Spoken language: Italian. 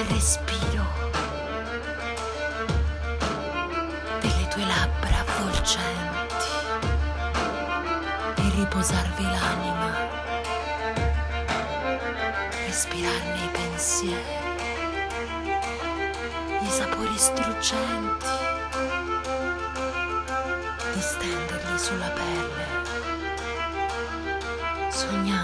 respiro delle tue labbra avvolgenti e riposarvi l'anima, respirarne i pensieri, i sapori struggenti, distenderli sulla pelle, sognare